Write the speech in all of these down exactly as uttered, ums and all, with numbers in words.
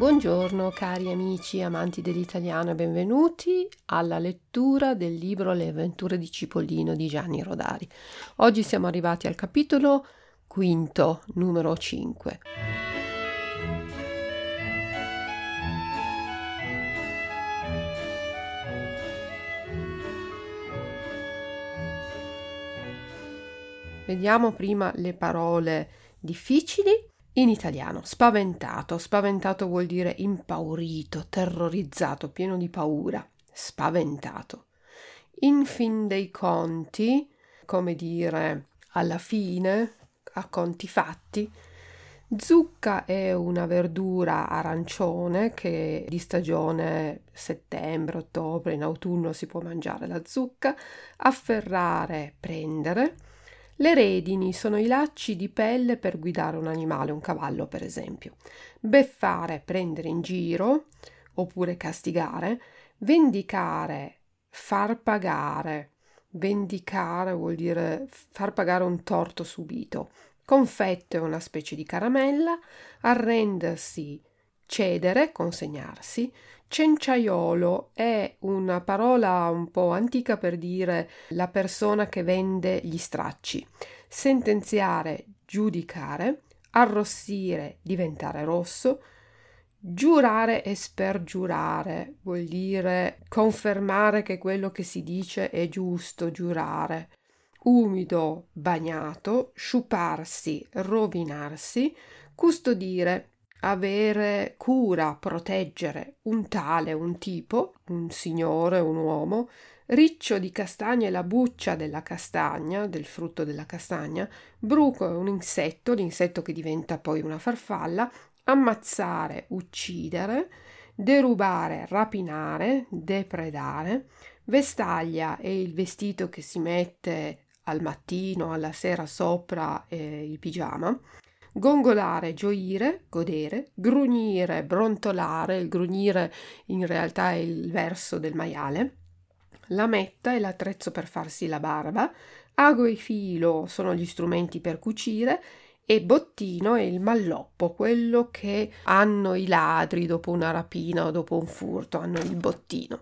Buongiorno cari amici amanti dell'italiano e benvenuti alla lettura del libro Le avventure di Cipollino di Gianni Rodari. Oggi siamo arrivati al capitolo quinto, numero cinque. Vediamo prima le parole difficili. In italiano, spaventato. Spaventato vuol dire impaurito, terrorizzato, pieno di paura. Spaventato. In fin dei conti, come dire alla fine, a conti fatti, zucca è una verdura arancione che di stagione settembre, ottobre, in autunno si può mangiare la zucca. Afferrare, prendere. Le redini sono i lacci di pelle per guidare un animale, un cavallo per esempio. Beffare, prendere in giro, oppure castigare. Vendicare, far pagare. Vendicare vuol dire far pagare un torto subito. Confetto è una specie di caramella. Arrendersi, cedere, consegnarsi. Cenciaiolo è una parola un po' antica per dire la persona che vende gli stracci. Sentenziare, giudicare. Arrossire, diventare rosso. Giurare e spergiurare vuol dire confermare che quello che si dice è giusto, giurare. Umido, bagnato. Sciuparsi, rovinarsi. Custodire, avere cura, proteggere, un tale, un tipo, un signore, un uomo. Riccio di castagna è la buccia della castagna, del frutto della castagna. Bruco è un insetto, l'insetto che diventa poi una farfalla. Ammazzare, uccidere. Derubare, rapinare, depredare. Vestaglia è il vestito che si mette al mattino, alla sera sopra eh, il pigiama. Gongolare, gioire, godere. Grugnire, brontolare. Il grugnire in realtà è il verso del maiale. Lametta è l'attrezzo per farsi la barba. Ago e filo sono gli strumenti per cucire. E bottino è il malloppo, quello che hanno i ladri dopo una rapina o dopo un furto, hanno il bottino.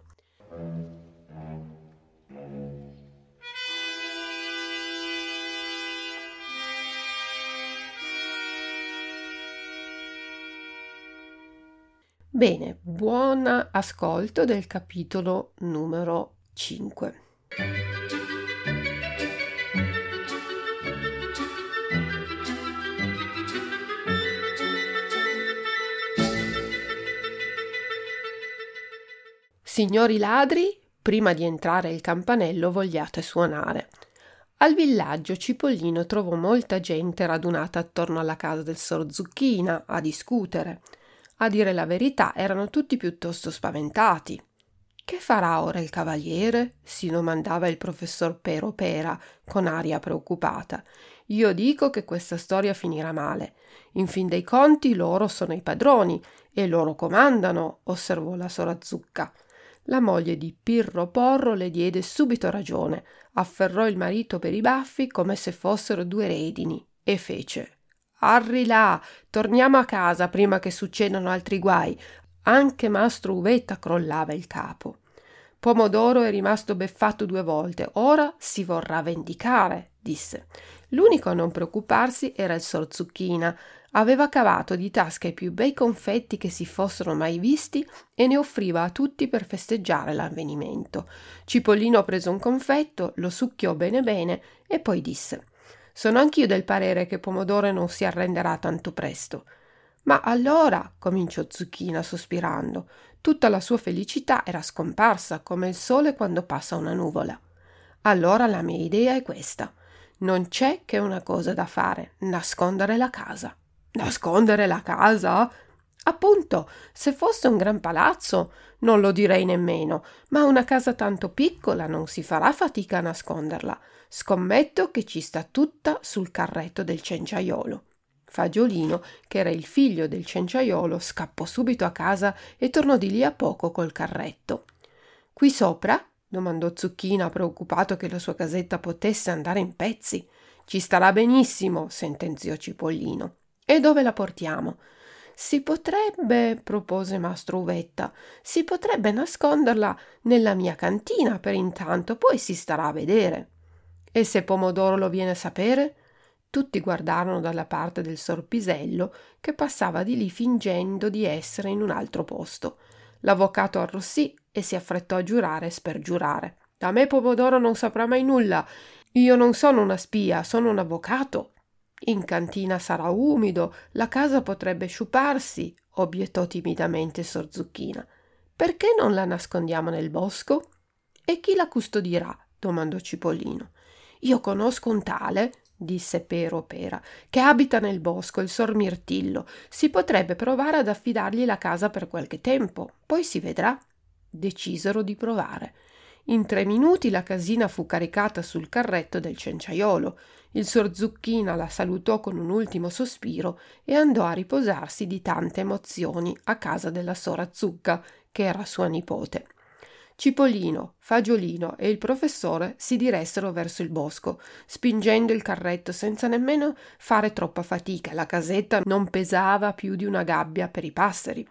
Bene, buon ascolto del capitolo numero cinque. Signori ladri, prima di entrare il campanello vogliate suonare. Al villaggio Cipollino trovò molta gente radunata attorno alla casa del sor Zucchina a discutere. A dire la verità erano tutti piuttosto spaventati. Che farà ora il cavaliere? Si domandava il professor Pero Pera con aria preoccupata. Io dico che questa storia finirà male. In fin dei conti loro sono i padroni e loro comandano, osservò la sora Zucca. La moglie di Pirro Porro le diede subito ragione, afferrò il marito per i baffi come se fossero due redini e fece: «Arri là, torniamo a casa prima che succedano altri guai». Anche mastro Uvetta crollava il capo. Pomodoro è rimasto beffato due volte, ora si vorrà vendicare, disse. L'unico a non preoccuparsi era il sor Zucchina. Aveva cavato di tasca i più bei confetti che si fossero mai visti e ne offriva a tutti per festeggiare l'avvenimento. Cipollino prese un confetto, lo succhiò bene bene e poi disse: «Sono anch'io del parere che Pomodoro non si arrenderà tanto presto». «Ma allora», cominciò Zucchina sospirando, tutta la sua felicità era scomparsa come il sole quando passa una nuvola. «Allora la mia idea è questa. Non c'è che una cosa da fare: nascondere la casa». «Nascondere la casa?» «Appunto, se fosse un gran palazzo non lo direi nemmeno, ma una casa tanto piccola non si farà fatica a nasconderla. Scommetto che ci sta tutta sul carretto del cenciaiolo». Fagiolino, che era il figlio del cenciaiolo, scappò subito a casa e tornò di lì a poco col carretto. «Qui sopra?» domandò Zucchina, preoccupato che la sua casetta potesse andare in pezzi. «Ci starà benissimo», sentenziò Cipollino. «E dove la portiamo?» Si potrebbe, propose mastro Uvetta, si potrebbe nasconderla nella mia cantina per intanto, poi si starà a vedere. E se Pomodoro lo viene a sapere? Tutti guardarono dalla parte del Sorpisello che passava di lì fingendo di essere in un altro posto. L'avvocato arrossì e si affrettò a giurare e spergiurare. Da me Pomodoro non saprà mai nulla. Io non sono una spia, sono un avvocato. In cantina sarà umido, la casa potrebbe sciuparsi, obiettò timidamente Sor Zucchina. Perché non la nascondiamo nel bosco? E chi la custodirà? Domandò Cipollino. Io conosco un tale, disse Pero Pera, che abita nel bosco, il Sor Mirtillo. Si potrebbe provare ad affidargli la casa per qualche tempo, poi si vedrà. Decisero di provare. In tre minuti la casina fu caricata sul carretto del cenciaiolo. Il Sor Zucchina la salutò con un ultimo sospiro e andò a riposarsi di tante emozioni a casa della sora Zucca, che era sua nipote. Cipollino, Fagiolino e il professore si diressero verso il bosco, spingendo il carretto senza nemmeno fare troppa fatica. La casetta non pesava più di una gabbia per i passeri.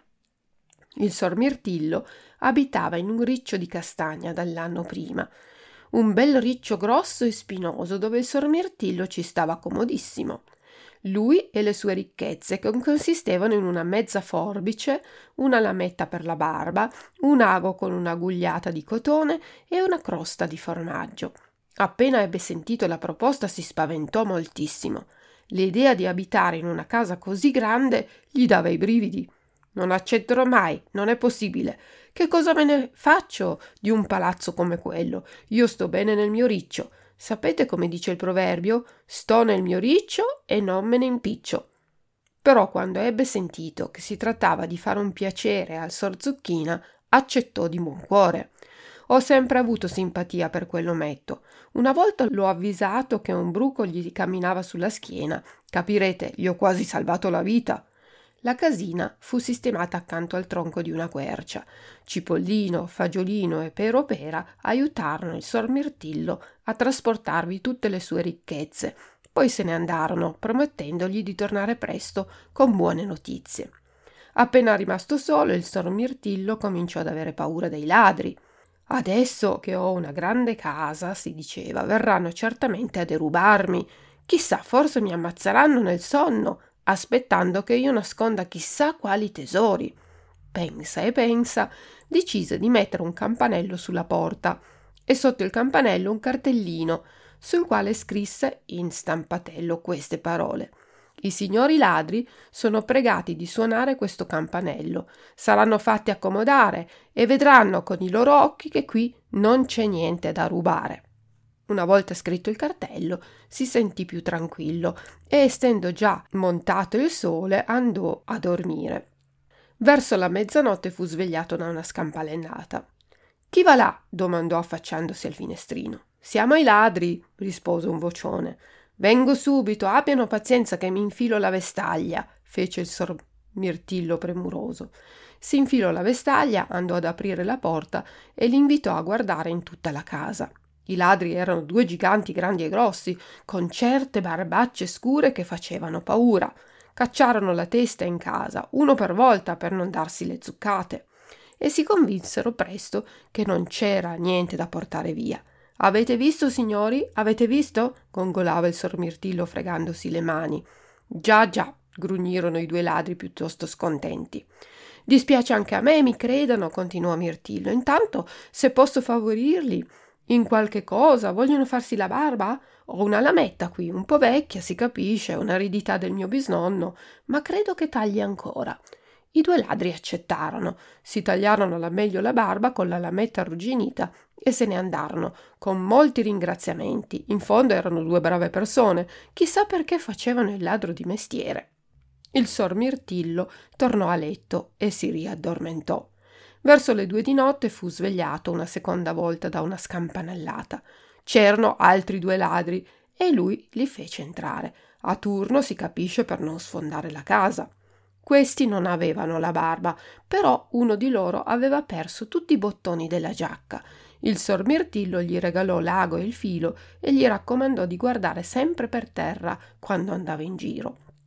Il Sor Mirtillo abitava in un riccio di castagna dall'anno prima, un bel riccio grosso e spinoso dove il Sor Mirtillo ci stava comodissimo. Lui e le sue ricchezze, che consistevano in una mezza forbice, una lametta per la barba, un ago con un'agugliata di cotone e una crosta di formaggio. Appena ebbe sentito la proposta si spaventò moltissimo. L'idea di abitare in una casa così grande gli dava i brividi. Non accetterò mai, non è possibile. Che cosa me ne faccio di un palazzo come quello? Io sto bene nel mio riccio. Sapete come dice il proverbio? Sto nel mio riccio e non me ne impiccio. Però quando ebbe sentito che si trattava di fare un piacere al Sor Zucchina, accettò di buon cuore. Ho sempre avuto simpatia per quell'ometto. Una volta l'ho avvisato che un bruco gli camminava sulla schiena. Capirete, gli ho quasi salvato la vita. La casina fu sistemata accanto al tronco di una quercia. Cipollino, Fagiolino e Pero Pera aiutarono il Sor Mirtillo a trasportarvi tutte le sue ricchezze. Poi se ne andarono, promettendogli di tornare presto con buone notizie. Appena rimasto solo, il Sor Mirtillo cominciò ad avere paura dei ladri. Adesso che ho una grande casa, si diceva, verranno certamente a derubarmi. Chissà, forse mi ammazzeranno nel sonno, aspettando che io nasconda chissà quali tesori. Pensa e pensa, decise di mettere un campanello sulla porta e sotto il campanello un cartellino sul quale scrisse in stampatello queste parole: i signori ladri sono pregati di suonare questo campanello, saranno fatti accomodare e vedranno con i loro occhi che qui non c'è niente da rubare. Una volta scritto il cartello, si sentì più tranquillo e, essendo già montato il sole, andò a dormire. Verso la mezzanotte fu svegliato da una scampalennata. «Chi va là?» domandò affacciandosi al finestrino. «Siamo i ladri», rispose un vocione. «Vengo subito, abbiano pazienza che mi infilo la vestaglia», fece il Sor Mirtillo premuroso. Si infilò la vestaglia, andò ad aprire la porta e li invitò a guardare in tutta la casa. I ladri erano due giganti grandi e grossi, con certe barbacce scure che facevano paura. Cacciarono la testa in casa, uno per volta per non darsi le zuccate, e si convinsero presto che non c'era niente da portare via. «Avete visto, signori? Avete visto?» gongolava il Sor Mirtillo fregandosi le mani. «Già, già», grugnirono i due ladri piuttosto scontenti. «Dispiace anche a me, mi credano», continuò Mirtillo. «Intanto, se posso favorirli in qualche cosa, vogliono farsi la barba? Ho una lametta qui, un po' vecchia, si capisce, un'eredità del mio bisnonno, ma credo che tagli ancora». I due ladri accettarono, si tagliarono alla meglio la barba con la lametta arrugginita e se ne andarono, con molti ringraziamenti. In fondo erano due brave persone, chissà perché facevano il ladro di mestiere. Il Sor Mirtillo tornò a letto e si riaddormentò. Verso le due di notte fu svegliato una seconda volta da una scampanellata. C'erano altri due ladri e lui li fece entrare. A turno, si capisce, per non sfondare la casa. Questi non avevano la barba, però uno di loro aveva perso tutti i bottoni della giacca. Il Sor Mirtillo gli regalò l'ago e il filo e gli raccomandò di guardare sempre per terra quando andava in giro.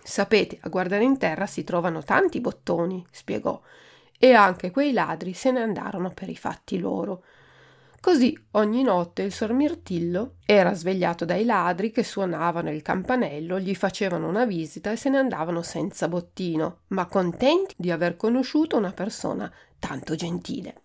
Sapete, a guardare in terra si trovano tanti bottoni, spiegò, e anche quei ladri se ne andarono per i fatti loro. Così ogni notte il sor Mirtillo era svegliato dai ladri che suonavano il campanello, gli facevano una visita e se ne andavano senza bottino, ma contenti di aver conosciuto una persona tanto gentile.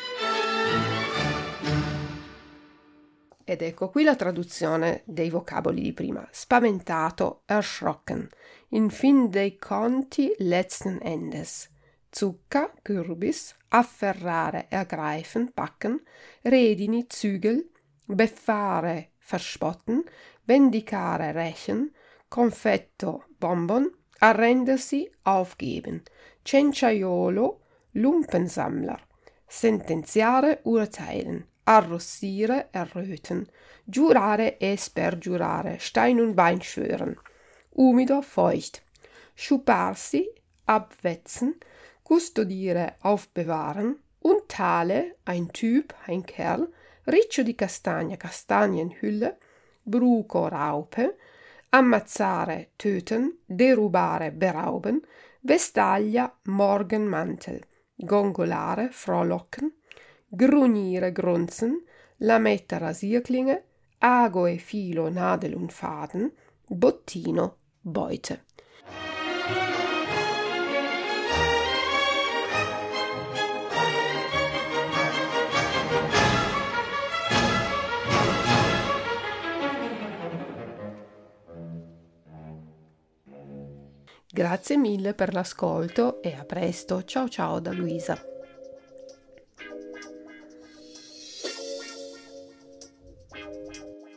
Ed ecco qui la traduzione dei vocaboli di prima. Spaventato, erschrocken. In fin dei conti letzten Endes. Zucca, Kürbis, afferrare, ergreifen, packen, redini, Zügel, beffare, verspotten, vendicare, rächen, confetto, bonbon, arrendersi, aufgeben, cenciaiolo, Lumpensammler, sentenziare, urteilen, arrossire, erröten, giurare e spergiurare, Stein und Bein schwören, umido, feucht, schuparsi, abwetzen, custodire, aufbewahren, un tale, ein Typ, ein Kerl, riccio di castagna, Kastanienhülle, bruco, Raupe, ammazzare, töten, derubare, berauben, vestaglia, Morgenmantel, gongolare, frohlocken, grugnire, grunzen, lametta, Rasierklinge, ago e filo, Nadel und Faden, bottino, Beute. Grazie mille per l'ascolto e a presto. Ciao ciao da Luisa.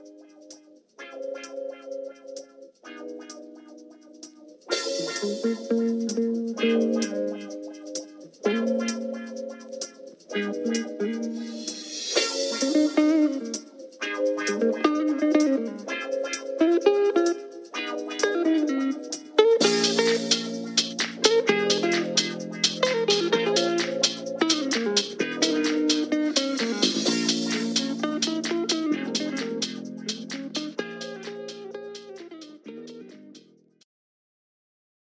Thank you.